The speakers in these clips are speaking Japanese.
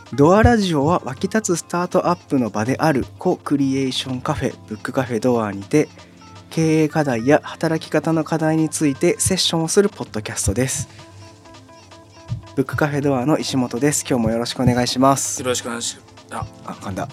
ドアラジオは湧き立つスタートアップの場であるコクリエーションカフェブックカフェドアにて経営課題や働き方の課題についてセッションをするポッドキャストです。ブックカフェドアの石本です。今日もよろしくお願いします。 よろしくお願いします。 噛んだ。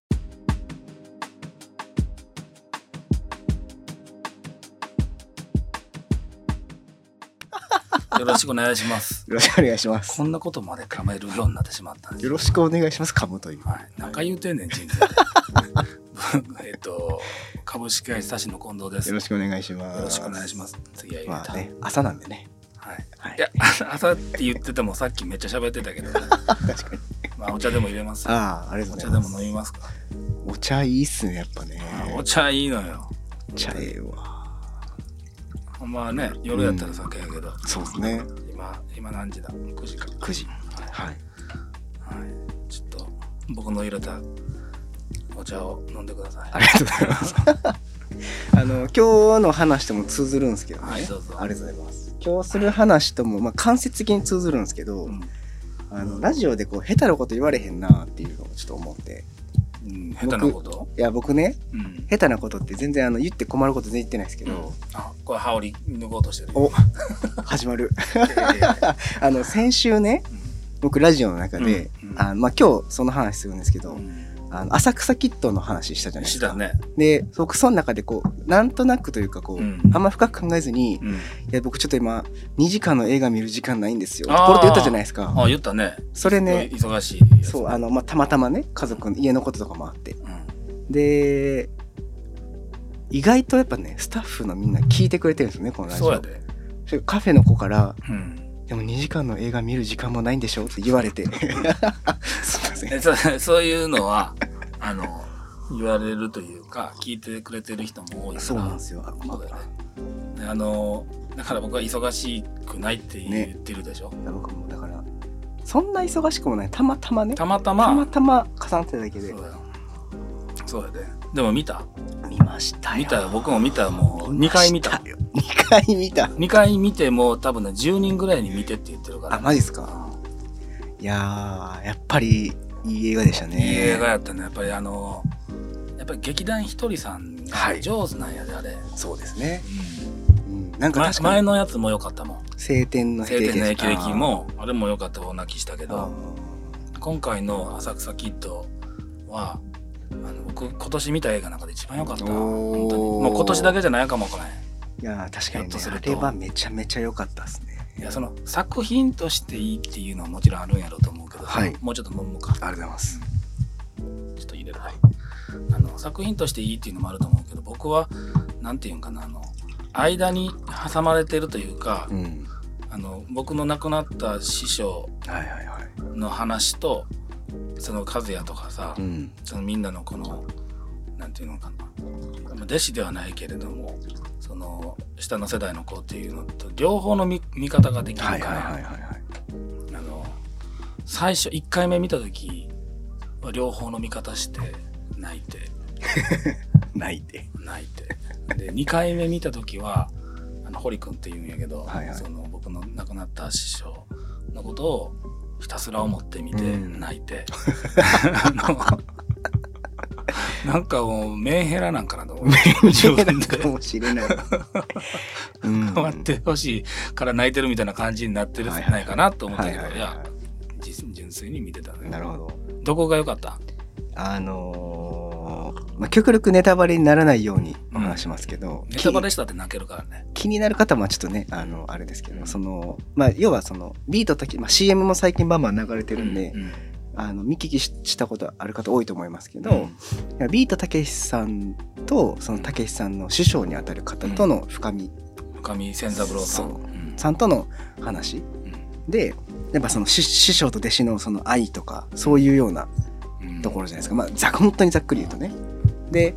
よろしくお願いします。 よろしくお願いします。 こんなことまで噛めるようになってしまったんです。 よろしくお願いします。噛むという。 はい。何回言うてんねん人生で。株式会社の近藤です。 よろしくお願いします。 よろしくお願いします。次は言うた。 ね、朝なんでね。 はい。いや朝って言っててもさっきめっちゃ喋ってたけど、ね。確かに。 まあお茶でも入れます。 ありがとうございます。 お茶でも飲みますか。 お茶いいっすねやっぱね。 お茶いいのよ。 茶ええわ。 まあね、夜やったら酒やけど、 そうですね。 今何時だ？9時か。 9時。はい。 ちょっと僕の入れたお茶を飲んでください。 ありがとうございます。今日の話とも通ずるんですけどね。 はい、どうぞ。 ありがとうございます。今日する話とも間接的に通ずるんですけど、ラジオでこう下手なこと言われへんなっていうのをちょっと思って。 下手なこと？ いや僕ね、下手なことって全然言って困ること全然言ってないですけど、 これ羽織脱ごうとしてる。 お始まる。先週ね、僕ラジオの中で、今日その話するんですけど、浅草キッドの話したじゃないですか。 したね。 で僕その中でこうなんとなくというかこう、あんま深く考えずに、いや僕ちょっと今2時間の映画見る時間ないんですよこれって言ったじゃないですか。 言ったね。 それね、 忙しい。 そうたまたまね家族の家のこととかもあって、で意外とやっぱねスタッフのみんな聞いてくれてるんですよねこのラジオ。 そうやで。 カフェの子から、でも2時間の映画見る時間もないんでしょって言われてすいません。 そういうのは言われるというか聞いてくれてる人も多いから。 そうなんですよ。 そうだよね。だから僕は忙しくないって言ってるでしょ。 僕もだからそんな忙しくもない。たまたまね。 たまたま重なってただけで。 そうやで。でも見ましたよ。 見たよ。僕も見たよ。もう2回見た。2回見ても多分ね10人ぐらいに見てって言ってるから。 マジっすか。いややっぱりいい映画でしたね。 いい映画やったね。やっぱり劇団ひとりさんが上手なんやで、あれ。 そうですね。なんか確かに前のやつも良かったもん。 晴天の霹靂もあれも良かった。大泣きしたけど、今回の浅草キッドは僕今年見た映画の中で一番良かった。本当にもう今年だけじゃないかもわからへん。 いや確かにね、あれはめちゃめちゃ良かったですね。 いやその作品としていいっていうのはもちろんあるんやろうと思うけど、もうちょっと飲むか。 ありがとうございます。 ちょっと入れる。作品としていいっていうのもあると思うけど、僕はなんていうんかな、間に挟まれてるというか、僕の亡くなった師匠の話と、その和也とかさ、そのみんなのこのなんていうのかな、弟子ではないけれどもその下の世代の子っていうのと両方の見方ができるから、最初1回目見た時は両方の見方して泣いてで2回目見た時は堀君っていうんやけど、その僕の亡くなった師匠のことをひたすら思ってみて泣いて、なんかもうメンヘラなんかなと思う。 自分でかもしれない。 待ってほしいから泣いてるみたいな感じになってるんじゃないかなと思ったけど、いや純粋に見てたね。 なるほど。 どこが良かった？ 極力ネタバレにならないようにお話しますけど、 ネタバレしたって泣けるからね。 気になる方もちょっとねあれですけど、要はそのビートたけ、CM も最近バンバン流れてるんで、見聞きしたことある方多いと思いますけど、ビートたけしさんとそのたけしさんの師匠にあたる方との深見千三郎さんとの話で、やっぱその師匠と弟子のその愛とかそういうようなところじゃないですか。本当にざっくり言うとね。で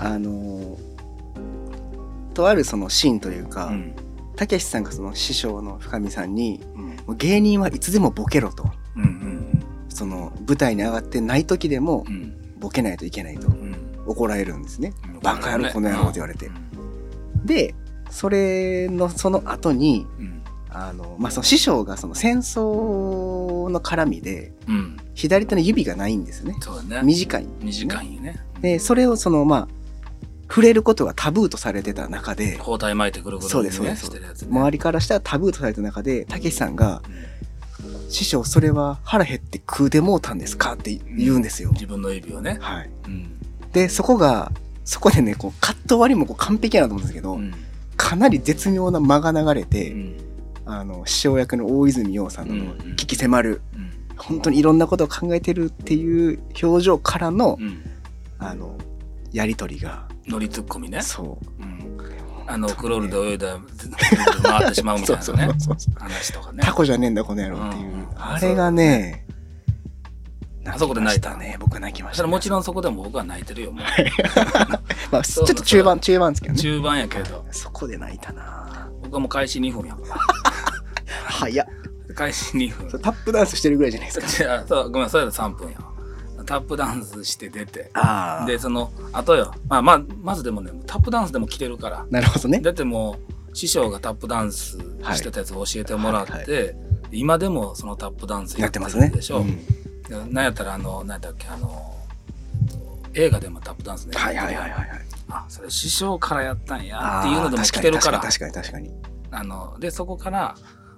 とあるそのシーンというか、たけしさんがその師匠の深見さんに、もう芸人はいつでもボケろと、その舞台に上がってない時でもボケないといけないと、怒られるんですね。バカ野郎この野郎って言われて、でその後に、その師匠がその戦争の絡みで、 左手の指がないんですね。 そうだね。 短いよね。 でそれを触れることがタブーとされてた中で、 包帯巻いてぐるぐるそうですそうです、周りからしたらタブーとされた中で、たけしさんが、師匠それは腹減って食うてもうたんですかって言うんですよ。 自分の指をね。 はい。でそこでね、こうカット割りもこう完璧やなと思うんですけど、かなり絶妙な間が流れて、師匠役の大泉洋さんの鬼気迫る、本当にいろんなことを考えてるっていう表情からの、やり取りが乗りツッコミね。 そう。 クロールで泳いだ回ってしまうみたいなね話とかね。 タコじゃねえんだこの野郎っていう、あれがね、 あそこで泣いたね。 僕泣きました。 もちろんそこでも僕は泣いてるよ。もうちょっと中盤ですけどね。 中盤やけど。 そこで泣いたな。 僕はもう開始2分やから。 早っ。 開始2分。 タップダンスしてるぐらいじゃないですか。 そう、ごめん、それで3分や。タップダンスして出て、であとよ、まずでもね、タップダンスでも来てるから。 なるほどね。 だってもう師匠がタップダンスしてたやつを教えてもらって、今でもそのタップダンスやってるでしょ。なんやったら何だっけ、映画でもタップダンスね。あ、それ師匠からやったんやっていうのでも来てるから。 確かに。 でそこから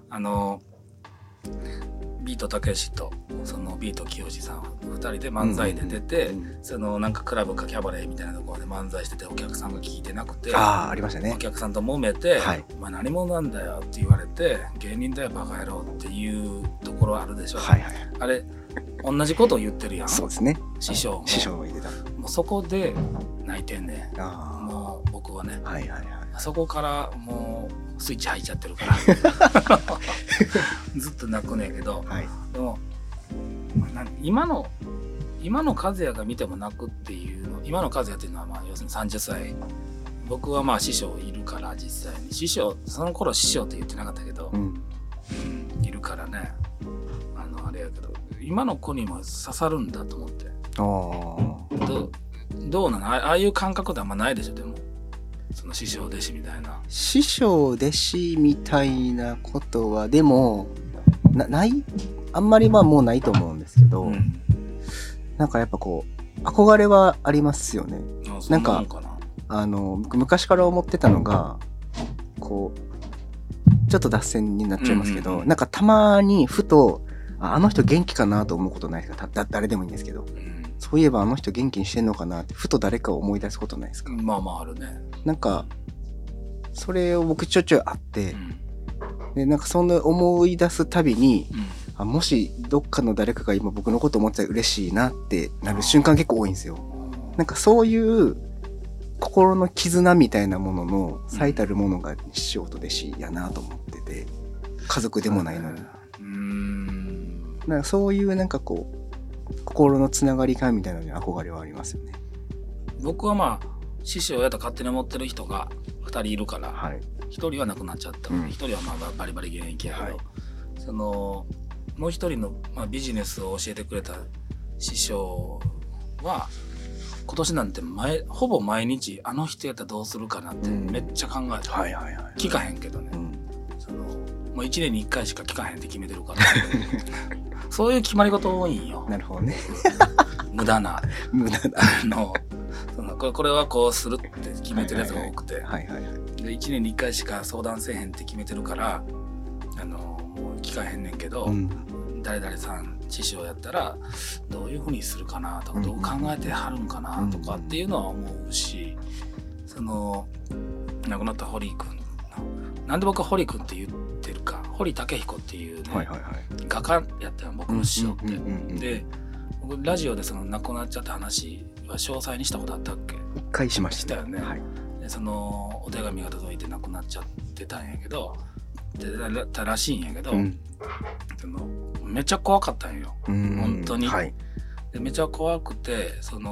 ビートたけしとそのビートきよしさん2人で漫才で出て、なんかクラブかキャバレーみたいなところで漫才してて、お客さんが聞いてなくて、 ありましたね。 お客さんと揉めて、お前何者なんだよって言われて、芸人だよバカ野郎っていうところあるでしょ。あれ同じことを言ってるやん。 そうですね。 師匠も言ってた。もうそこで泣いてんね。もう僕はね。そこからもうスイッチ入っちゃってるからずっと泣くねんけど、でも今の和也が見ても泣くっていうの、今の和也っていうのは要するに30歳、僕は師匠いるから、実際に師匠、その頃師匠って言ってなかったけど、いるからね、あれやけど、今の子にも刺さるんだと思って。どうなの、ああいう感覚ってあんまないでしょ。でもその師匠弟子みたいな、 師匠弟子みたいなことはでもない、あんまりもうないと思うんですけど、なんかやっぱこう憧れはありますよね。なんか僕昔から思ってたのが、こうちょっと脱線になっちゃいますけど、なんかたまにふとあの人元気かなと思うことないですか。誰でもいいんですけど、そういえばあの人元気にしてんのかなってふと誰かを思い出すことないですか。 あるね。 なんかそれを僕ちょいちょいあって、でなんかそんな思い出すたびに、もしどっかの誰かが今僕のこと思ってたら嬉しいなってなる瞬間結構多いんですよ。なんかそういう心の絆みたいなものの最たるものが師匠と弟子やなと思ってて、家族でもないのに、なんかそういうなんかこう心のつながり感みたいなのに憧れはありますよね。僕は師匠やと勝手に思ってる人が2人いるから、1人は亡くなっちゃった、1人はバリバリ現役やけど、もう1人のビジネスを教えてくれた師匠は今年なんてほぼ毎日あの人やったらどうするかなってめっちゃ考えて、聞かへんけどね、もう1年に1回しか聞かへんって決めてるからそういう決まり事多いんよ。 なるほどね無駄なこれはこうするって決めてるやつが多くて、で1年に1回しか相談せえへんって決めてるからもう聞かへんねんけど、誰々さん師匠やったらどういうふうにするかなとか、どう考えてはるんかなとかっていうのは思うし、亡くなった堀君、なんで僕は堀君って言ってるか、堀武彦っていうね、画家やったよ僕の師匠って。で僕ラジオで亡くなっちゃった話は詳細にしたことあったっけ？ 一回しましたよね。でお手紙が届いて亡くなっちゃってたんやけど、たらしいんやけど、めっちゃ怖かったんよ、本当に。でめっちゃ怖くて、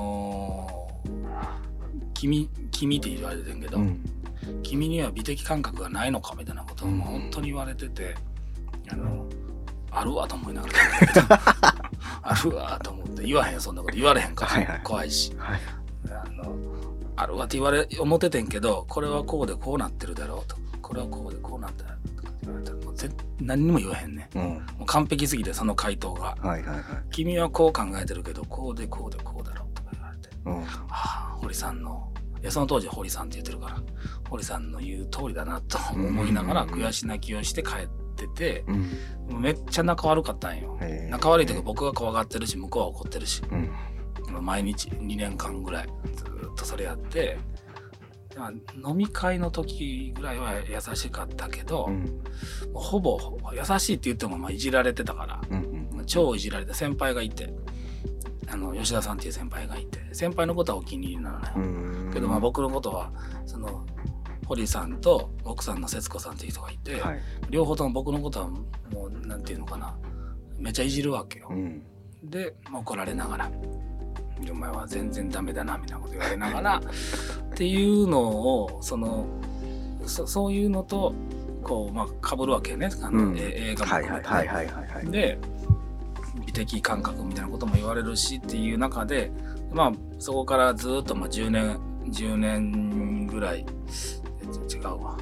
君って言われてんけど、君には美的感覚がないのかみたいなことを本当に言われてて、あるわと思いながらあるわと思って、言わへんよ、そんなこと言われへんから、怖いし、あるわって思っててんけど、これはこうでこうなってるだろうと、これはこうでこうなってるとか言われたらもう何にも言わへんね、もう完璧すぎてその回答が、 はいはいはい、 君はこう考えてるけどこうでこうでこうだろうとか言われて、堀さんのその当時堀さんって言ってるから堀さんの言う通りだなと思いながら悔し泣きをして帰ってて、めっちゃ仲悪かったんよ。仲悪いというか僕が怖がってるし向こうは怒ってるし、毎日2年間ぐらいずっとそれやって、飲み会の時ぐらいは優しかったけど、ほぼ優しいって言ってもいじられてたから、超いじられて先輩がいて、吉田さんっていう先輩がいて、先輩のことはお気に入りなのね。けど僕のことはその堀さんと奥さんの節子さんっていう人がいて、両方とも僕のことはもうなんていうのかな、めっちゃいじるわけよ。で怒られながら、お前は全然ダメだなみたいなこと言われながらっていうのをそういうのとこう被るわけよね。映画も含めて。で美的感覚みたいなことも言われるしっていう中で、そこからずっと10年ぐらい違うわ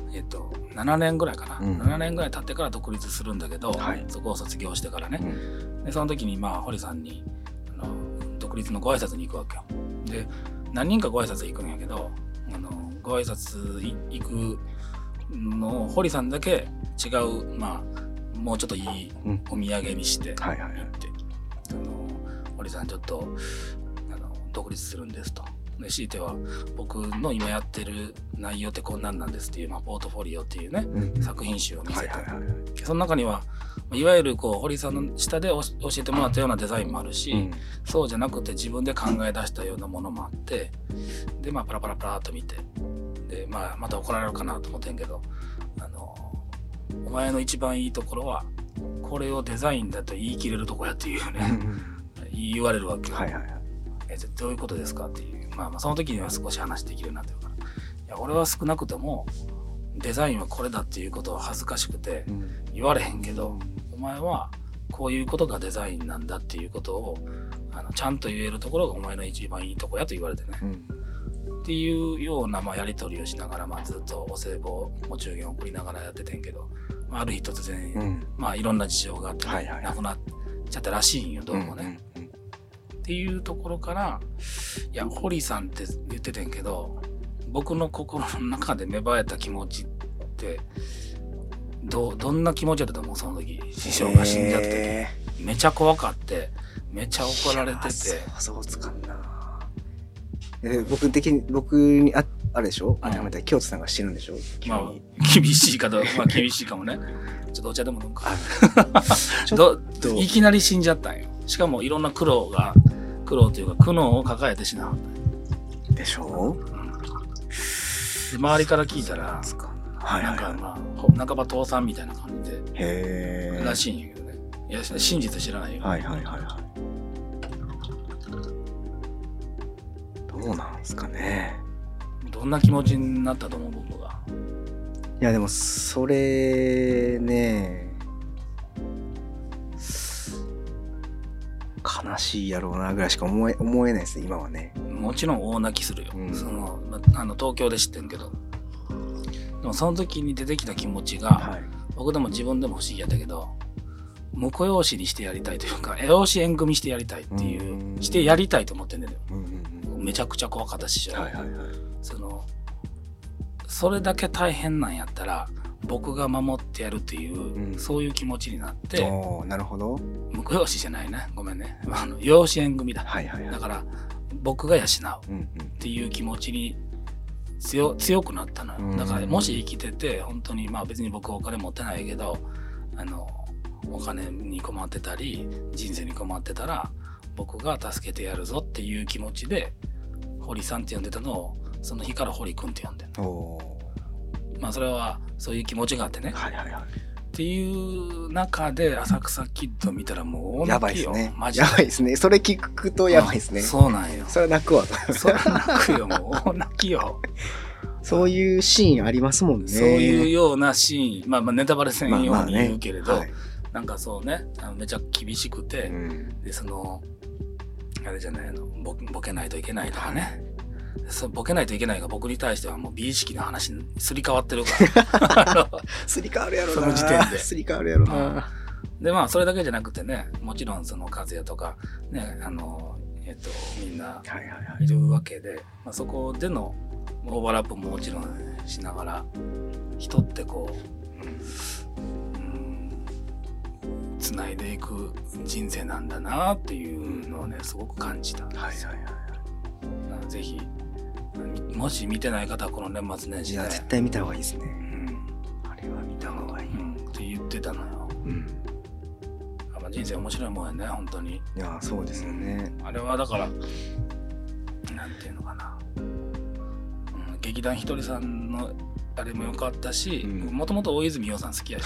7年ぐらいかな、7年ぐらい経ってから独立するんだけど、そこを卒業してからね、でその時に堀さんに独立のご挨拶に行くわけよ。で何人かご挨拶行くんやけど、ご挨拶行くのを堀さんだけ違うもうちょっといいお土産にして行って、堀さんちょっと独立するんですと。で強いては僕の今やってる内容ってこんなんなんですっていう、ポートフォリオっていうね、作品集を見せて、その中にはいわゆる堀さんの下で教えてもらったようなデザインもあるし、そうじゃなくて自分で考え出したようなものもあって、でパラパラパラっと見て、でまた怒られるかなと思ってんけど、お前の一番いいところはこれをデザインだと言い切れるとこやっていうね言われるわけよ。どういうことですかっていう、その時には少し話できるようになってるから、いや俺は少なくともデザインはこれだっていうことは恥ずかしくて言われへんけど、お前はこういうことがデザインなんだっていうことをちゃんと言えるところがお前の一番いいとこやと言われてね、っていうようなやり取りをしながら、ずっとお歳暮お中元を送りながらやっててんけど、ある日突然、いろんな事情があって、亡くなっちゃったらしいんよ、どうもね。っていうところから、いや堀さんって言っててんけど、僕の心の中で芽生えた気持ちってどんな気持ちだったと思う？その時師匠が死んじゃった時、めちゃ怖かって、めちゃ怒られてて、 そうつかんな。僕にあれでしょ、京都さんが死ぬんでしょ。 厳しいかどうか、厳しいかもね。ちょっとお茶でも飲むかいきなり死んじゃったんよ。しかもいろんな苦労というか苦悩を抱えて死なはったでしょ。 周りから聞いたらなんか半ば倒産みたいな感じでらしいんやけどね。いや真実知らないよ。 どうなんすかね。 どんな気持ちになったと思う？僕が。 いやでもそれね、悲しいやろうなぐらいしか思えないです今はね。 もちろん大泣きするよ、東京で知ってんけど、でもその時に出てきた気持ちが、僕でも自分でも不思議やったけど、婿養子にしてやりたいというか、養子縁組してやりたいっていう、してやりたいと思ってんだよ、めちゃくちゃ怖かったし、それだけ大変なんやったら僕が守ってやるっていう、そういう気持ちになって。 なるほど。 婿養子じゃないね、ごめんね、養子縁組だ、だから僕が養うっていう気持ちに強くなったのよ。だからもし生きてて本当に別に僕お金持ってないけど、お金に困ってたり人生に困ってたら僕が助けてやるぞっていう気持ちで堀さんって呼んでたのを、その日から堀くんって呼んでる。それはそういう気持ちがあってね、っていう中で浅草キッド見たらもう大泣きよ。マジでやばいですね。 それ聞くとやばいですね。 そうなんよ。 それは泣くわ。 それは泣くよ、もう大泣きよ。 そういうシーンありますもんね。 そういうようなシーン、ネタバレせんように言うけれど、なんかそうね、めちゃ厳しくて、であれじゃないの、ボケないといけないとかね。ボケないといけないが僕に対してはもう美意識の話にすり替わってるからすり替わるやろな、その時点ですり替わるやろな、 でまあそれだけじゃなくてね、もちろんその和也とかねみんないるわけで、まあ、そこでのオーバーラップももちろんしながら、人ってこうつないでいく人生なんだなっていうのをねすごく感じたんですよ。ぜひもし見てない方はこの年末年始ね、いや絶対見た方がいいですね、あれは見た方がいい、 って言ってたのよ。人生面白いもんやね本当に。 いやそうですよね、 あれはだからなんていうのかな、劇団ひとりさんのあれも良かったし、もともと大泉洋さん好きやし、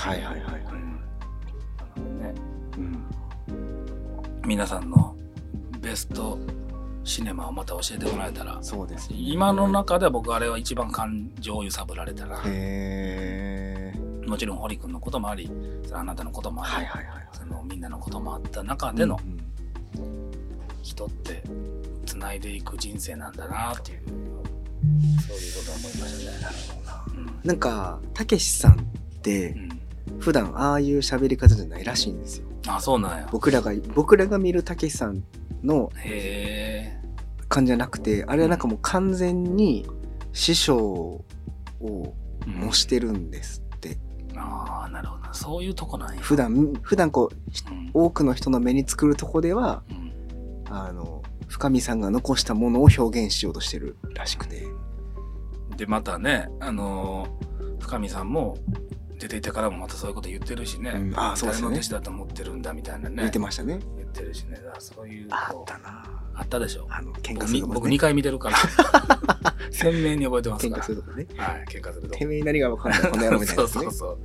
皆さんのベストシネマをまた教えてもらえたら。 そうです、ね、 今の中では僕あれは一番感情を揺さぶられたら。もちろん堀君のこともあり、あなたのこともあり、そのみんなのこともあった中での、人ってつないでいく人生なんだなっていう、そういうことを思いましたね。 なんかたけしさんって、普段ああいう喋り方じゃないらしいんですよ。 あ、そうなんや。 僕らが見るたけしさんの感じじゃなくて、あれはなんかもう完全に師匠を模してるんですって。 ああ、なるほど。そういうとこなんや。 普段こう、多くの人の目に作るとこでは、深見さんが残したものを表現しようとしてるらしくて。 でまたね、深見さんも出ていてからもまたそういうこと言ってるしね、 そうですね、 誰の弟子だと思ってるんだみたいなね言ってましたね。 言ってるしね。そういうあったな。 あったでしょ。 喧嘩するとこね。 僕2回見てるから鮮明に覚えてますから。 喧嘩するとこね。 はい、喧嘩するとこ。 てめえに何が分かんないこの野郎みたいな、ね。 そう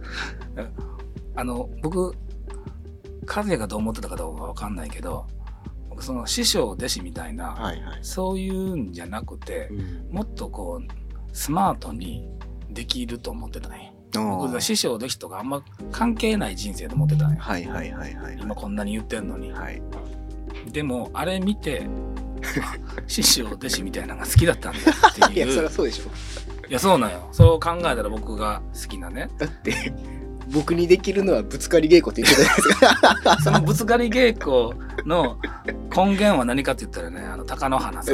僕和也がどう思ってたかどうか分かんないけど、僕その師匠弟子みたいな、そういうんじゃなくて、もっとこうスマートにできると思ってたね。僕は師匠弟子とかあんま関係ない人生と思ってたね。今こんなに言ってんのに。でもあれ見て師匠弟子みたいなのが好きだったんだっていう。 いやそりゃそうでしょ。 いやそうなんよ。そう考えたら僕が好きなね。 だって僕にできるのはぶつかり稽古って言ってたじゃないですか。 そのぶつかり稽古の根源は何かって言ったらね、貴乃花さん。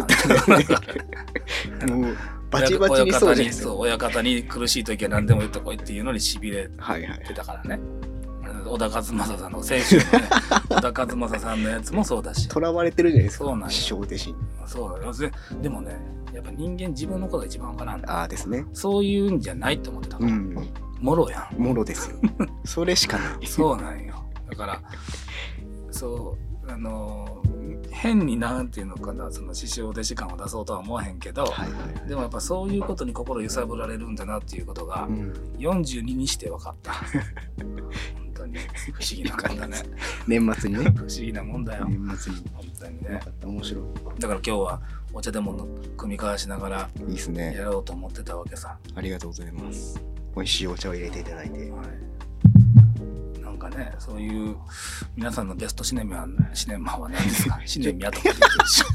もうバチバチにそうじゃないですか。 親方に苦しい時は何でも言ってこいっていうのに痺れてたからね。小田和正さんの選手のね、小田和正さんのやつもそうだし。 囚われてるじゃないですか。 そうなん師匠弟子に。 そうだよ。でもね、やっぱ人間自分のことが一番わからんだ。 ああですね。 そういうんじゃないって思ってたから。もろやん。 もろですよ。それしかない。 そうなんよ。だからそう変になんていうのかな、その師匠弟子感を出そうとは思わへんけど、でもやっぱそういうことに心揺さぶられるんだなっていうことが42にして分かった。本当に不思議なもんだね。 年末にね。 不思議なもんだよ。 年末に。 本当にね。 面白い。 だから今日はお茶でも組み交わしながらいいですね。 やろうと思ってたわけさ。 ありがとうございます。美味しいお茶を入れていただいて。 なんかね、そういう皆さんのベストシネマは何ですか？シネミヤとか言ってるし。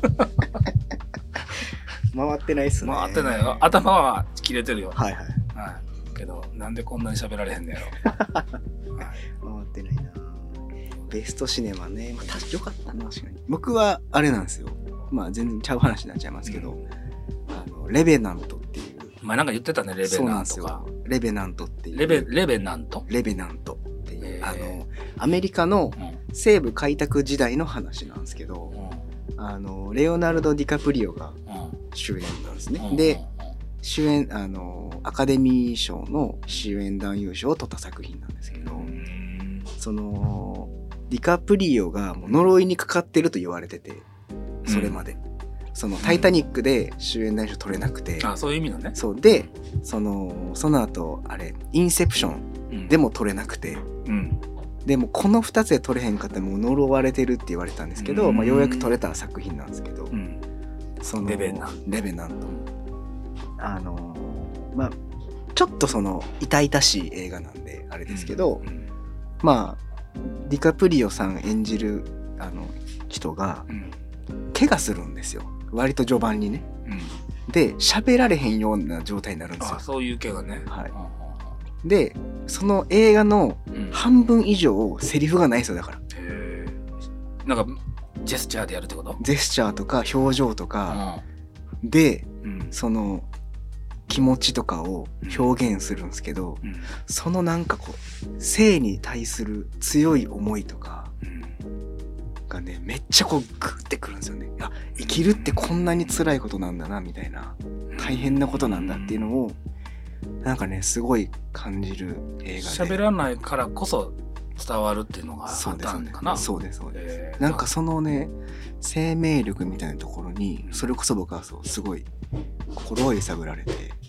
回ってないっすね。 回ってないよ。頭は切れてるよ。けどなんでこんなに喋られへんのやろ。 回ってないな。ベストシネマね。よかったな確かに。僕はあれなんですよ。全然ちゃう話になっちゃいますけど、レベナントっていう。 なんか言ってたね、レベナントか。 レベナントっていう。 レベナントっていう、アメリカの西部開拓時代の話なんですけど、レオナルド・ディカプリオが主演なんですね。で、主演アカデミー賞の主演男優賞を取った作品なんですけど、そのディカプリオがもう呪いにかかってると言われてて、それまで。そのタイタニックで主演男優賞取れなくて、 そういう意味のね。 そうで、その後あれインセプションでも取れなくて、でもこの2つで取れへんかったらもう呪われてるって言われたんですけど、ようやく取れた作品なんですけど、そのレベナント、ちょっとその痛々しい映画なんであれですけど、ディカプリオさん演じる人が怪我するんですよ。割と序盤にね。で喋られへんような状態になるんですよ。 そういう怪我ね。 でその映画の半分以上セリフがないんですよ。だからなんかジェスチャーでやるってこと？ ジェスチャーとか表情とかで、その気持ちとかを表現するんですけど、そのなんかこう生に対する強い思いとかがね、めっちゃこうグッてくるんですよね。あ、生きるってこんなに辛いことなんだなみたいな、大変なことなんだっていうのをなんかねすごい感じる映画で。 喋らないからこそ伝わるっていうのがあったんかな。 そうですそうです。なんかそのね生命力みたいなところにそれこそ僕はそうすごい心を揺さぶられて。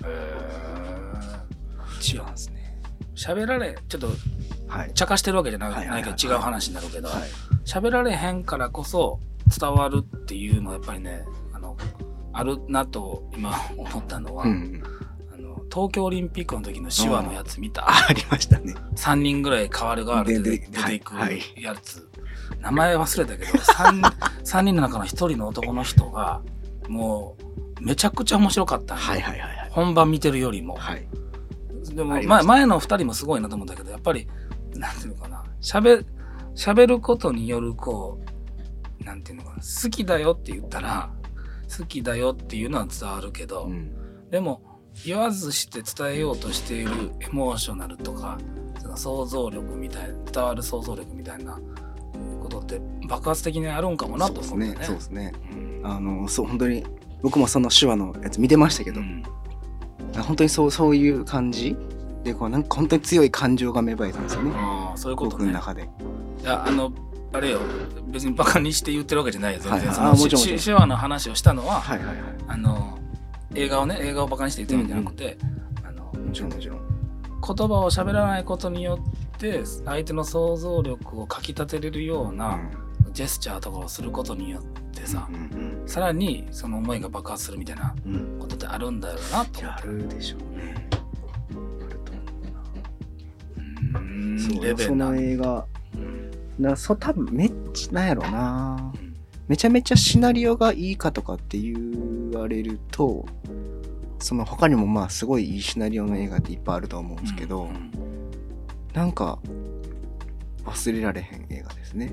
違うんですね。 喋られちょっと茶化してるわけじゃないけど違う話になるけど、喋られへんからこそ伝わるっていうのはやっぱりねあるなと今思ったのは、東京オリンピックの時の手話のやつ見た？ ありましたね。 3人ぐらい代わる代わるで出ていくやつ、名前忘れたけど 3人の中の1人の男の人がもうめちゃくちゃ面白かったんよ、本番見てるよりも、でも前の2人もすごいなと思うんだけど、やっぱりなんていうのかな、喋ることによるこうなんていうのかな、好きだよって言ったら好きだよっていうのは伝わるけど、でも言わずして伝えようとしているエモーショナルとかその想像力みたいな、伝わる想像力みたいなことって爆発的にあるんかもなと思ってね。 そうですね。そう本当に僕もその手話のやつ見てましたけど、本当にそういう感じでこうなんか本当に強い感情が芽生えたんですよね。 そういうことね。 僕の中で。 いやあれよ、別にバカにして言ってるわけじゃないよ。全然その手話の話をしたのは、映画をバカにして言ってるんじゃなくて、 もちろん言葉を喋らないことによって相手の想像力をかき立てれるようなジェスチャーとかをすることによってさ、さらにその思いが爆発するみたいなことってあるんだよなと思って。 あるでしょうね。 その映画多分めっちゃなんやろうな、めちゃめちゃシナリオがいいかとかって言われると、その他にもまあすごいいいシナリオの映画っていっぱいあると思うんですけど、なんか忘れられへん映画ですね。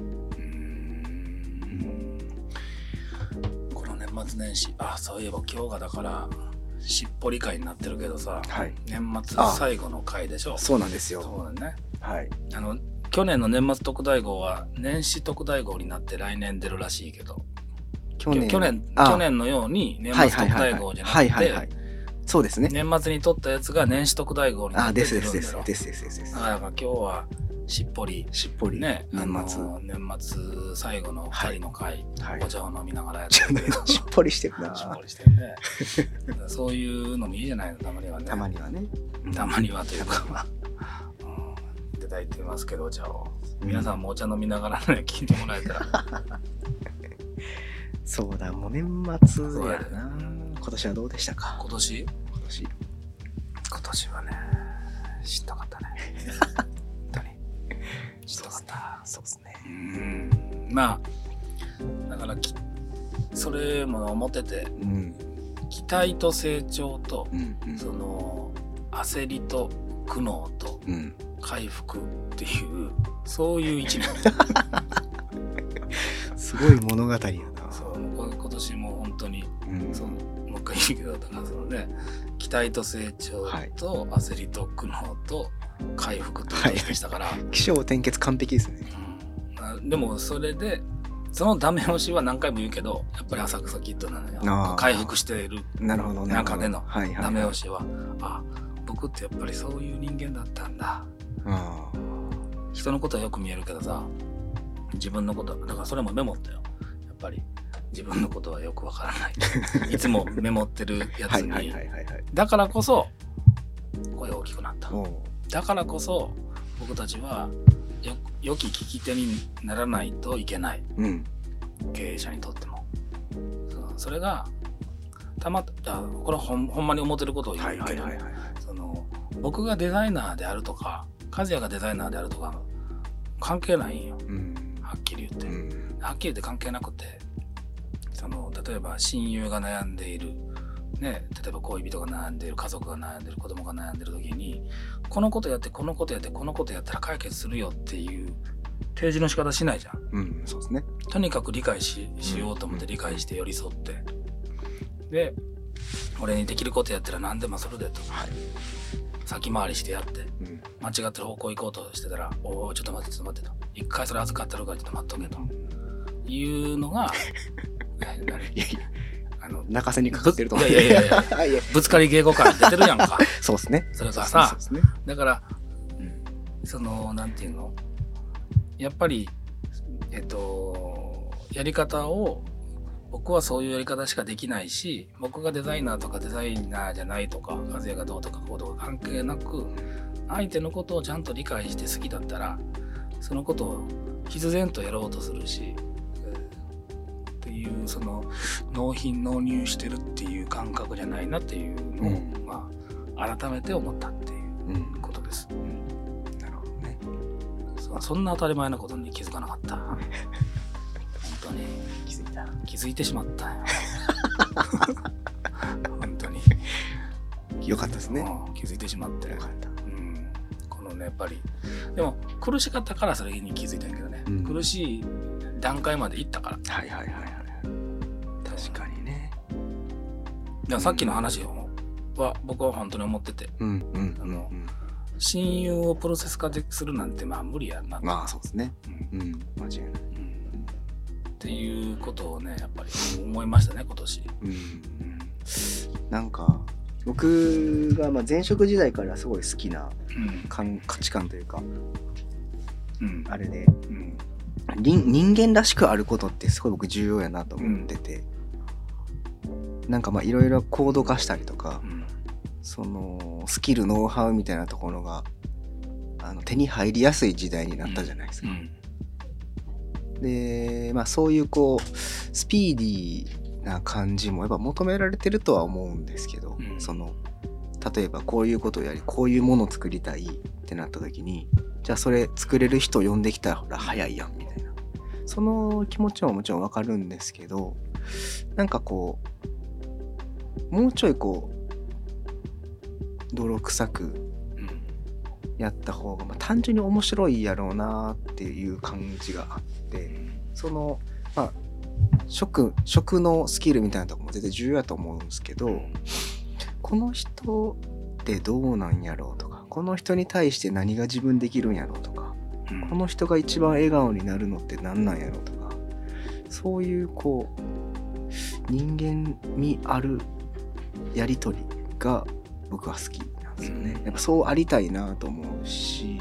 この年末年始、そういえば今日がだからしっぽり会になってるけどさ、年末最後の会でしょ。 そうなんですよ。 そうだね。 はい。 去年の年末特大号は年始特大号になって来年出るらしいけど、去年のように年末特大号じゃなくて、 そうですね。 年末に撮ったやつが年始特大号になって出るんだろ。です。だから今日はしっぽりね、年末最後の2人の会、お茶を飲みながらやってるけど、 しっぽりしてるな。 しっぽりしてるね。そういうのもいいじゃないの、たまにはね。 たまにはね。 たまにはというか、いただいてますけど、お茶を。皆さんもお茶飲みながらね、聞いてもらえたら。 そうだ、もう年末やな。今年はどうでしたか？ 今年はね、しんどかったね。本当に。しんどかった。 そうですね。 まあ、だからそれも思ってて、期待と成長と、その焦りと苦悩と回復っていう、そういう一年。 すごい物語やな。 そう、今年も本当に、もう一回言うけど、だからそのね、期待と成長と焦りと苦悩と回復という年でしたから、 起承転結完璧ですね。 でもそれでそのダメ押しは何回も言うけど、やっぱり浅草キッドなのよ。回復している中でのダメ押しは、僕ってやっぱりそういう人間だったんだ。人のことはよく見えるけどさ、自分のことだからそれもメモったよ。やっぱり自分のことはよくわからない。いつもメモってるやつに、だからこそ声大きくなった。だからこそ僕たちは良き聞き手にならないといけない、経営者にとっても。それがこれはほんまに思ってることを言うけど、僕がデザイナーであるとか和也がデザイナーであるとか関係ないんよ、はっきり言って、はっきり言って関係なくて、例えば親友が悩んでいるね、例えば恋人が悩んでいる、家族が悩んでいる、子供が悩んでいる時に、 このことやってこのことやってこのことやったら解決するよっていう提示の仕方しないじゃん。 そうですね。 とにかく理解 しようと思って理解して寄り添って、で俺にできることやったら何でもそれでと、先回りしてやって、間違ってる方向行こうとしてたら、おおちょっと待ってと、一回それ預かってるからちょっと待っとけというのが泣かせにかかってると思う。 いやぶつかり稽古感出てるやんか。 そうですね。 それがさ、だから、そのなんていうの、やっぱりやり方を僕はそういうやり方しかできないし、僕がデザイナーとかデザイナーじゃないとか、和也がどうとかこうとか関係なく、相手のことをちゃんと理解して好きだったら、そのことを必然とやろうとするし、っていうその納品納入してるっていう感覚じゃないなっていうのを、まあ改めて思ったっていうことです。 なるほどね。 そんな当たり前なことに気づかなかった。本当に気づいてしまったよ。本当に。 よかったですね。 気づいてしまって。よかった。このね、やっぱりでも苦しかったからそれに気づいたんやけどね。苦しい段階まで行ったから。 確かにね。 でもさっきの話は僕は本当に思ってて、親友をプロセス化するなんてまあ無理やな。 まあそうですね。間違いない。 っていうことをね、やっぱり思いましたね、今年。 なんか僕が前職時代からすごい好きな価値観というか、あれで、人間らしくあることってすごい僕重要やなと思ってて、なんかいろいろ高度化したりとか、そのスキルノウハウみたいなところが手に入りやすい時代になったじゃないですか。で、そういうスピーディーな感じもやっぱ求められてるとは思うんですけど、その例えばこういうことをやり、こういうものを作りたいってなった時に、じゃあそれ作れる人を呼んできたらほら早いやんみたいな、その気持ちはもちろんわかるんですけど、なんかもうちょい泥臭くやった方が単純に面白いやろうなっていう感じがあって、その食のスキルみたいなところも絶対重要だと思うんですけど、この人ってどうなんやろうとか、この人に対して何が自分できるんやろうとか、この人が一番笑顔になるのって何なんやろうとか、そういう人間味あるやり取りが僕は好きなんですよね。やっぱそうありたいなと思うし、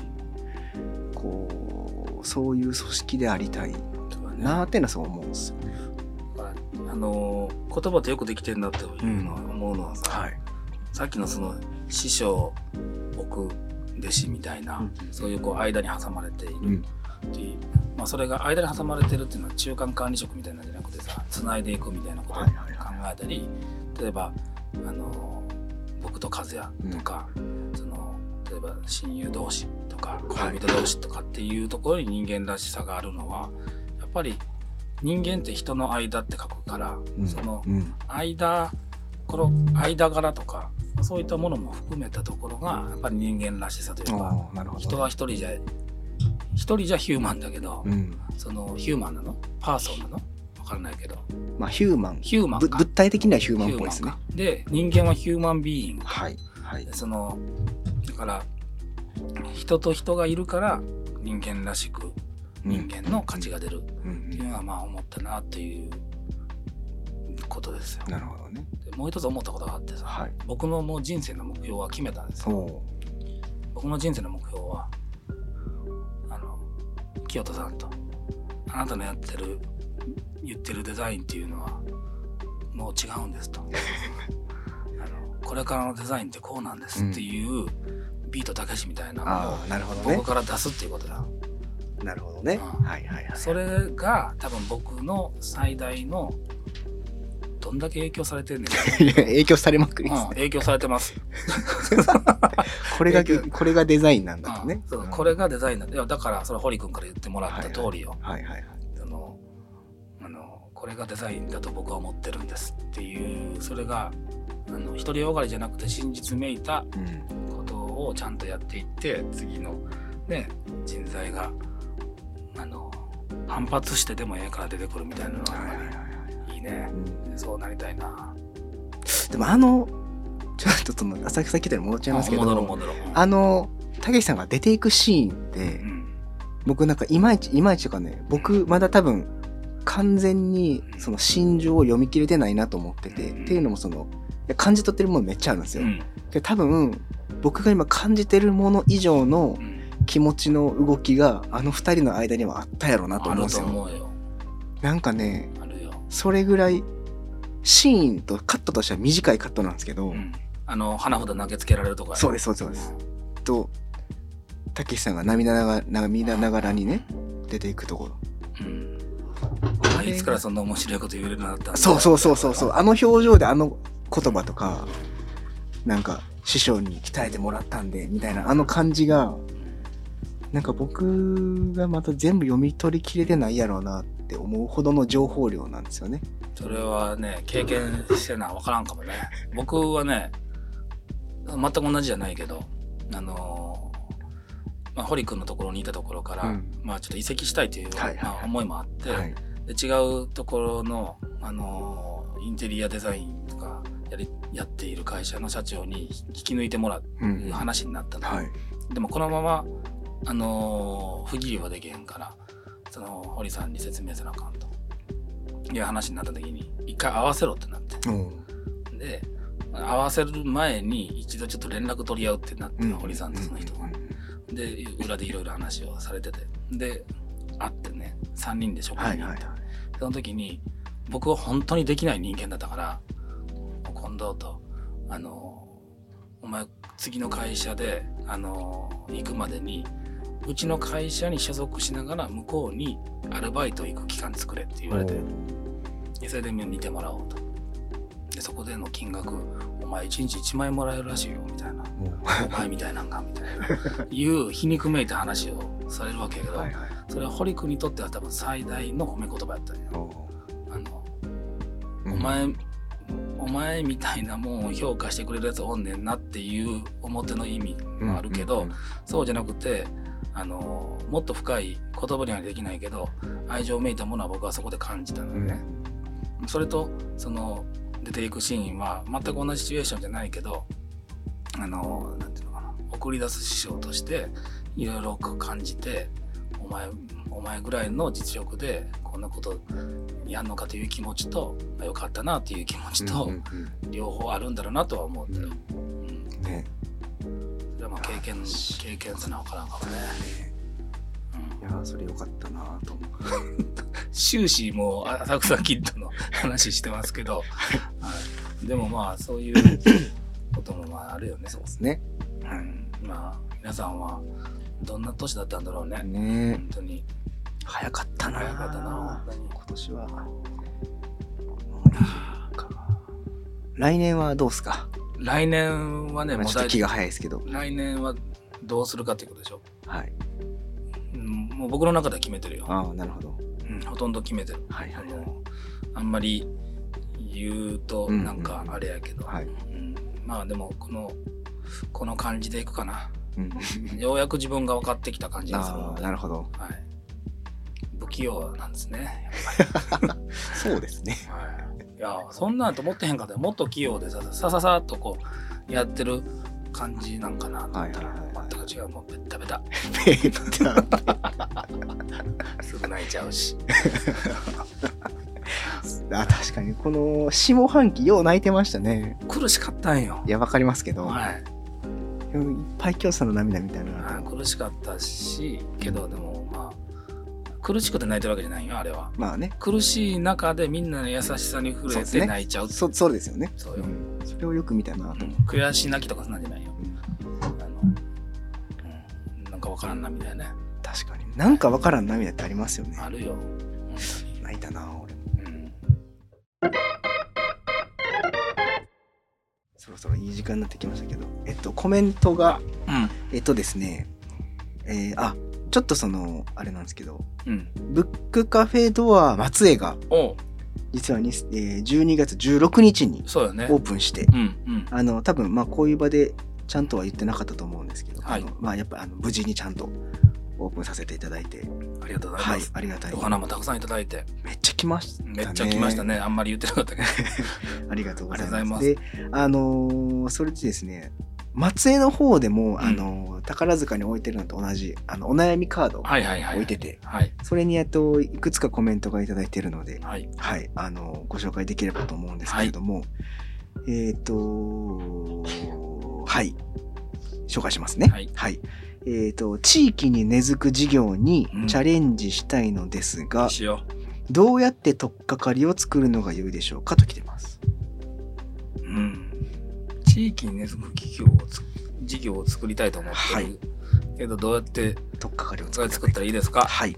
そういう組織でありたいなってのはそう思うんですよね。 言葉ってよくできてるなっていうのは思うのはさ、さっきのその師匠僕弟子みたいな、そういう間に挟まれているっていう、それが間に挟まれてるっていうのは中間管理職みたいなんじゃなくてさ、つないでいくみたいなことを考えたり、例えば僕と和也とか、例えば親友同士とか恋人同士とかっていうところに人間らしさがあるのは、やっぱり人間って人の間って書くから、そのこの間柄とかそういったものも含めたところがやっぱり人間らしさというか、人は一人じゃヒューマンだけど、そのヒューマンなのパーソンなの分からないけど、 ヒューマン物体的にはヒューマンっぽいですね。 で人間はヒューマンビーイング、だから人と人がいるから人間らしく人間の価値が出るっていうのは思ったなっていうことですよ。 なるほどね。 でもう一つ思ったことがあってさ、僕のもう人生の目標は決めたんですよ。僕の人生の目標は清田さんとあなたの言ってるデザインっていうのはもう違うんですとこれからのデザインってこうなんですっていうビートたけしみたいなのを僕から出すっていうことだ。 なるほどね。 それが多分僕の最大のどんだけ影響されてるんですか。 影響されまくりですね。 影響されてます。 これがデザインなんだとね。 これがデザインなんだ。だからそれ堀君から言ってもらった通りよ。これがデザインだと僕は思ってるんですっていう、それが独りよがりじゃなくて真実めいたことをちゃんとやっていって、次のね人材が反発してでもええから出てくるみたいなのはいいね、そうなりたいな。 でもちょっとその浅草来たら戻っちゃいますけど、 戻ろう。 たけしさんが出ていくシーンって、僕なんかいまいちとかね、僕まだ多分完全にその心情を読み切れてないなと思ってて、っていうのも感じ取ってるものめっちゃあるんですよ。で多分僕が今感じてるもの以上の気持ちの動きが二人の間にはあったやろうなと思うんですよ。なんかね、それぐらいシーンとカットとしては短いカットなんですけど、 花札投げつけられるとか。 そうですとたけしさんが涙ながらにね出ていくところ、 いつからそんな面白いこと言えるようになったんだ。 そう表情で言葉とか、なんか師匠に鍛えてもらったんでみたいな感じが、なんか僕がまた全部読み取りきれてないやろうなって思うほどの情報量なんですよね。 それはね、経験してな分からんかもね。僕はね全く同じじゃないけど、堀君のところにいたところから、ちょっと移籍したいという、思いもあって、で違うところの、インテリアデザインとかやっている会社の社長に引き抜いてもらう話になったの、でもこのまま不義理はできへんから、その堀さんに説明せなあかんという話になった時に一回合わせろってなって、で合わせる前に一度ちょっと連絡取り合うってなって、堀さんとその人が、で裏でいろいろ話をされてて、で会ってね3人で食事に行って、その時に僕は本当にできない人間だったから、近藤とお前次の会社で行くまでにうちの会社に所属しながら向こうにアルバイト行く期間作れって言われて、それで見てもらおうと。でそこでの金額、お前1日1万円もらえるらしいよみたいな、お前みたいなんかみたいないう皮肉めいた話をされるわけやけど、それは堀君にとっては多分最大の褒め言葉やったんよ。お前みたいなもんを評価してくれるやつおんねんなっていう表の意味もあるけど、そうじゃなくてもっと深い言葉にはできないけど愛情めいたものは僕はそこで感じたのね、それとその出ていくシーンは全く同じシチュエーションじゃないけど、なんていうのかな、送り出す師匠としていろいろ感じて、お前ぐらいの実力でこんなことやんのかという気持ちと、よかったなという気持ちと、両方あるんだろうなとは思ったよ。ね、それはまあ経験せな分からんかもね。 いやそれよかったなと思う。 終始もう浅草キッドの話してますけど、でもまあそういうこともまああるよね。 そうですね。 まあ皆さんはどんな年だったんだろうね。本当に早かったな。 本当に今年は。来年はどうすか。 来年はね、 ちょっと気が早いですけど。 来年はどうするかっていうことでしょ。 はい。 もう僕の中では決めてるよ。 なるほど。 ほとんど決めてる。あんまり言うとなんかあれやけど、まあでもこの感じでいくかな。ようやく自分が分かってきた感じですもんね。 なるほど。 不器用なんですね。 そうですね。 いやそんなんと思ってへんかったよ。もっと器用でさっとこうやってる感じなんかなと思ったら、全く違う。もうベッタベタ。すぐ泣いちゃうし。 確かにこの下半期よう泣いてましたね。 苦しかったんよ。 いやわかりますけど、いっぱい京さんの涙みたいな。 苦しかったし、けどでもまあ苦しくて泣いてるわけじゃないよ、あれは。まあね。苦しい中でみんなの優しさに触れて泣いちゃう。 そうですよね。 そうよ。 それをよく見たなと思う。 悔し泣きとかそんなんじゃないよ。なんかわからん涙ね。 確かに。なんかわからん涙ってありますよね。 あるよ。 泣いたな俺。そろそろいい時間になってきましたけど、コメントが、ですね、ちょっとあれなんですけど、ブックカフェドア松江が実は12月16日にオープンして、多分こういう場でちゃんとは言ってなかったと思うんですけど、 はい、 やっぱ無事にちゃんとオープンさせていただいて、 ありがとうございます。 はい、ありがたい。 お花もたくさんいただいて、 めっちゃ来ましたね。 めっちゃ来ましたね。あんまり言ってなかったけどありがとうございます。で、それでですね、松江の方でも、宝塚に置いてるのと同じお悩みカードを置いてて、それにいくつかコメントがいただいているので、はい、ご紹介できればと思うんですけれども、はい、紹介しますね。はい、はい、地域に根付く事業にチャレンジしたいのですが、どうやって取っかかりを作るのが良いでしょうかと来てます。 地域に根付く事業を作りたいと思ってる、はい、けどどうやって取っかかりを作ったらいいですか。はい、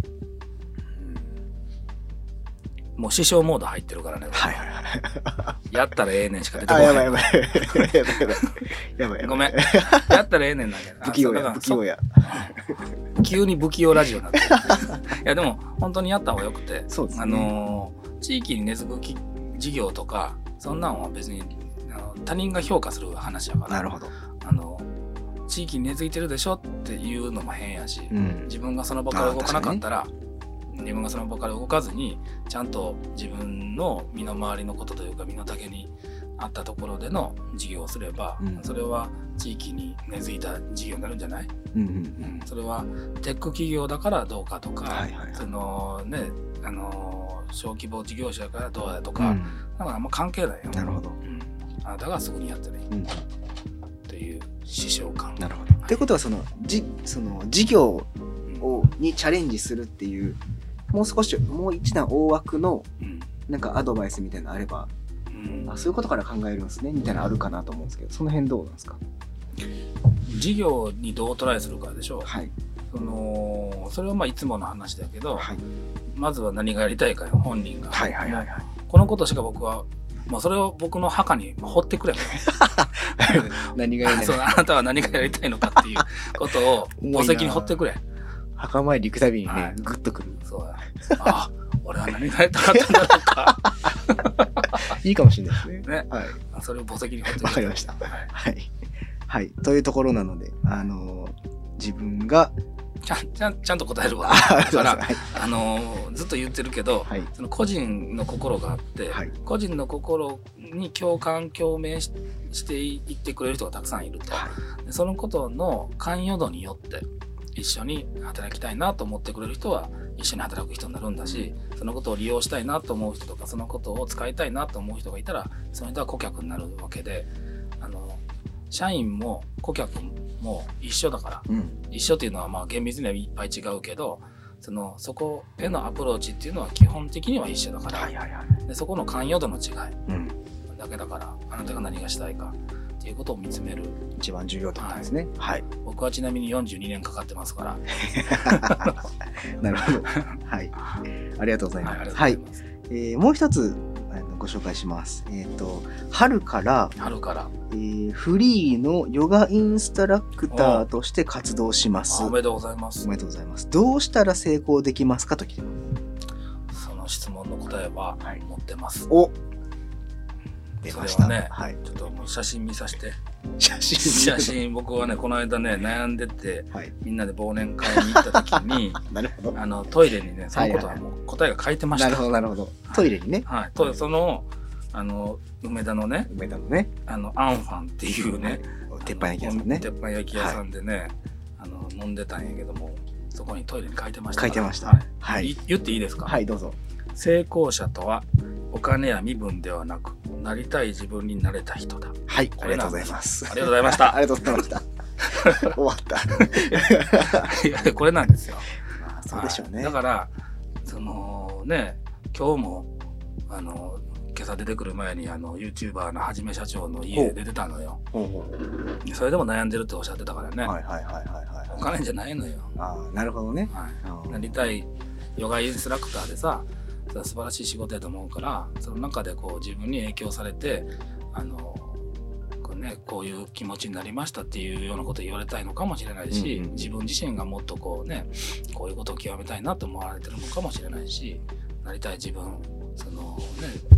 もう師匠モード入ってるからね。はいはいはい。やったらええねんしか出てこない。やばい。ごめん。やったらええねんだけど。不器用や。急に不器用ラジオになってる。いやでも本当にやった方がよくて、そうですね、地域に根付く事業とかそんなんは別に他人が評価する話やから。なるほど。地域に根付いてるでしょっていうのも変やし、自分がその場から動かなかったら。自分がその場から動かずにちゃんと自分の身の回りのことというか身の丈に合ったところでの事業をすれば、それは地域に根付いた事業になるんじゃない？それはテック企業だからどうかとか、そのね小規模事業者だからどうやとか、だからあんま関係ないよ。なるほど。あなたがすぐにやってね、という師匠感。なるほど。ってことはその事業にチャレンジするっていうもう一段大枠のなんかアドバイスみたいなのあれば、そういうことから考えるんですねみたいなのあるかなと思うんですけど、その辺どうなんですか。事業にどうトライするかでしょう。はい、それはいつもの話だけど、はい、まずは何がやりたいかよ本人が。このことしか僕はもうそれを僕の墓に掘ってくれ何がやりたいあなたは何がやりたいのかっていうことを墓石に掘ってくれ。墓参り行くたびにね、グッとくる。そうだ。あ、俺は何がやりたかったんだろうか。いいかもしれないですね。はい。それを墓石に掘ってくれ。わかりました。はい。はい。というところなので、自分がちゃんと答えるわ。だから、ずっと言ってるけど、その個人の心があって、個人の心に共感共鳴していってくれる人がたくさんいると。そのことの関与度によって。一緒に働きたいなと思ってくれる人は一緒に働く人になるんだし、そのことを利用したいなと思う人とかそのことを使いたいなと思う人がいたらその人は顧客になるわけで、社員も顧客も一緒だから、一緒っていうのは厳密にはいっぱい違うけどそこへのアプローチっていうのは基本的には一緒だから、でそこの関与度の違いだけだから、あなたが何がしたいかっていうことを見つめる一番重要だったんですね。はい。僕はちなみに42年かかってますから。なるほど。はい。ありがとうございます。はい。もう一つご紹介します。春からフリーのヨガインストラクターとして活動します。おめでとうございます。おめでとうございます。どうしたら成功できますかと聞いてます。その質問の答えは持ってます。お。それはね、ちょっともう写真見させて。写真僕はねこの間ね悩んでて、みんなで忘年会に行った時にトイレにねそのことはもう答えが書いてました。なるほどなるほど。トイレにね。はい。その梅田のねアンファンっていうね鉄板焼き屋さんね。鉄板焼き屋さんでね飲んでたんやけども、そこにトイレに書いてました。書いてました。はい。言っていいですか。はいどうぞ。成功者とはお金や身分ではなくなりたい自分になれた人だ。はい、ありがとうございます。ありがとうございました。ありがとうございました。終わった。いやこれなんですよ。そうでしょうね。だからね今日も今朝出てくる前にYouTuber のはじめ社長の家で出てたのよ。それでも悩んでるっておっしゃってたからね。お金じゃないのよ。ああなるほどね。なりたいヨガインストラクターでさ。素晴らしい仕事やと思うから、その中で自分に影響されてこういう気持ちになりましたっていうようなことを言われたいのかもしれないし、自分自身がもっとこういうことを極めたいなと思われてるのかもしれないし、なりたい自分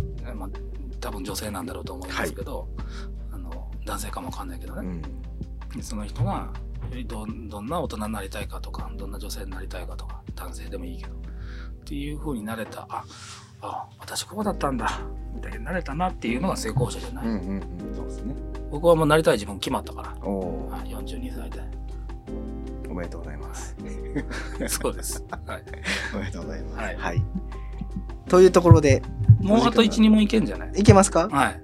多分女性なんだろうと思いますけど、男性かもわかんないけどね、 その人がどんな大人になりたいかとか、どんな女性になりたいかとか、男性でもいいけどっていう風になれた、私こうだったんだみたいになれたなっていうのが成功者じゃない。 そうですね。 僕はもうなりたい自分決まったから。42歳で。 おめでとうございます。 そうです。はい。 おめでとうございます。はい。というところで、 もうあと1、2問いけんじゃない？ いけますか？ はい。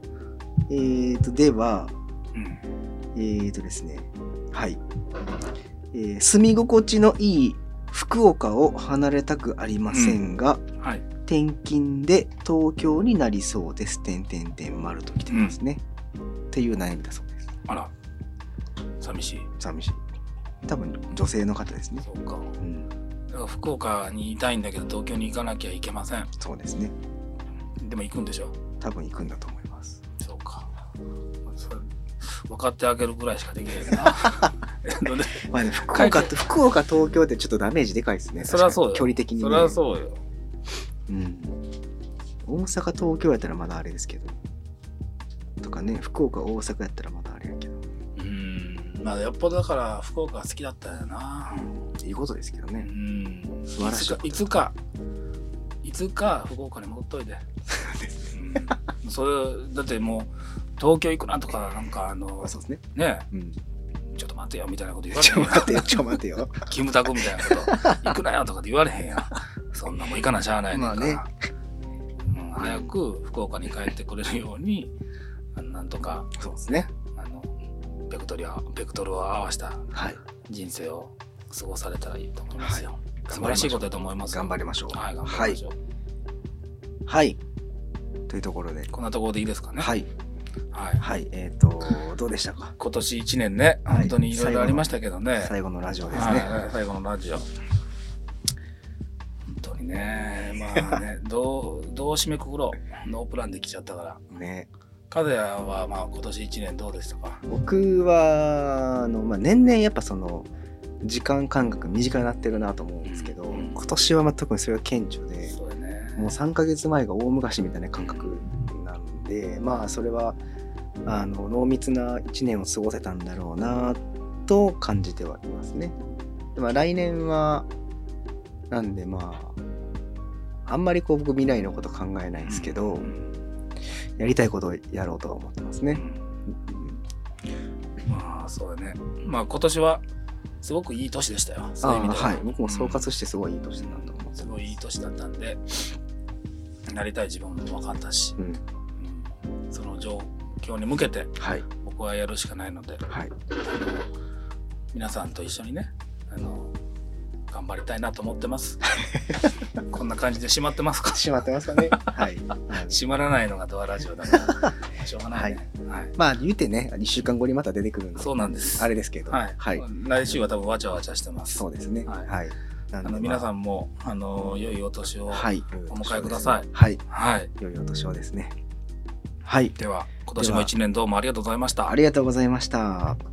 では、ですね、はい。住み心地のいい福岡を離れたくありませんが、 はい、 転勤で東京になりそうです。丸と来てますね。っていう悩みだそうです。 あら、寂しい。 多分女性の方ですね。 そうか。だから福岡にいたいんだけど東京に行かなきゃいけません。 そうですね。 でも行くんでしょ？ 多分行くんだと思います。 そうか。分かってあげるぐらいしかできないな。 まあね、福岡東京ってちょっとダメージでかいですね。 そりゃそうよ。 距離的に、ね。 そりゃそうよ。 大阪東京やったらまだあれですけど。とかね、福岡大阪やったらまだあれやけど。 まあよっぽどだから福岡が好きだったよな。 いいことですけどね。素晴らしい。 いつか福岡に戻っといて。それだってもう東京行くなとかなんかそうですね。 ね、ちょっと待てよみたいなこと言われへんやん。 ちょ待てよ。 キムタクみたいなこと行くなよとかって言われへんやん。そんなもん行かなしゃあないねんから。まあね、早く福岡に帰ってくれるようになんとかそうですね。 ベクトルを合わせた人生を過ごされたらいいと思いますよ。素晴らしいことだと思います。 頑張りましょう。 はい、頑張りましょう。 はい。というところで。 こんなところでいいですかね。 はい。どうでしたか？ 今年1年ね、本当にいろいろありましたけどね。 最後のラジオですね。 最後のラジオ。本当にね、まあね、どう締めくくろう。ノープランで来ちゃったから。 ね。 和也はまあ今年1年どうでしたか？ 僕は年々やっぱその時間感覚短くなってるなと思うんですけど、今年は特にそれが顕著で、 そうだね、 もう3ヶ月前が大昔みたいな感覚なんで、まあそれは濃密な1年を過ごせたんだろうなと感じてはいますね。で来年はなんであんまり僕未来のこと考えないですけど、やりたいことをやろうとは思ってますね。 まあそうだね。まあ今年はすごくいい年でしたよ。そういう意味では。 はい。僕も総括してすごいいい年だなと思って。 すごいいい年だったんで、なりたい自分も分かったし、その状況に向けて僕はやるしかないので、皆さんと一緒にね、頑張りたいなと思ってます。こんな感じで閉まってますか？ 閉まってますかね。はい。 閉まらないのがドアラジオだからしょうがないね。 まあ言うてね、1週間後にまた出てくるんで。 そうなんです。 あれですけど。はい。 来週は多分わちゃわちゃしてます。 そうですね。はい。 皆さんも良いお年をお迎えください。 はい。良いお年をですね。はい。 では今年も1年どうもありがとうございました。 ありがとうございました。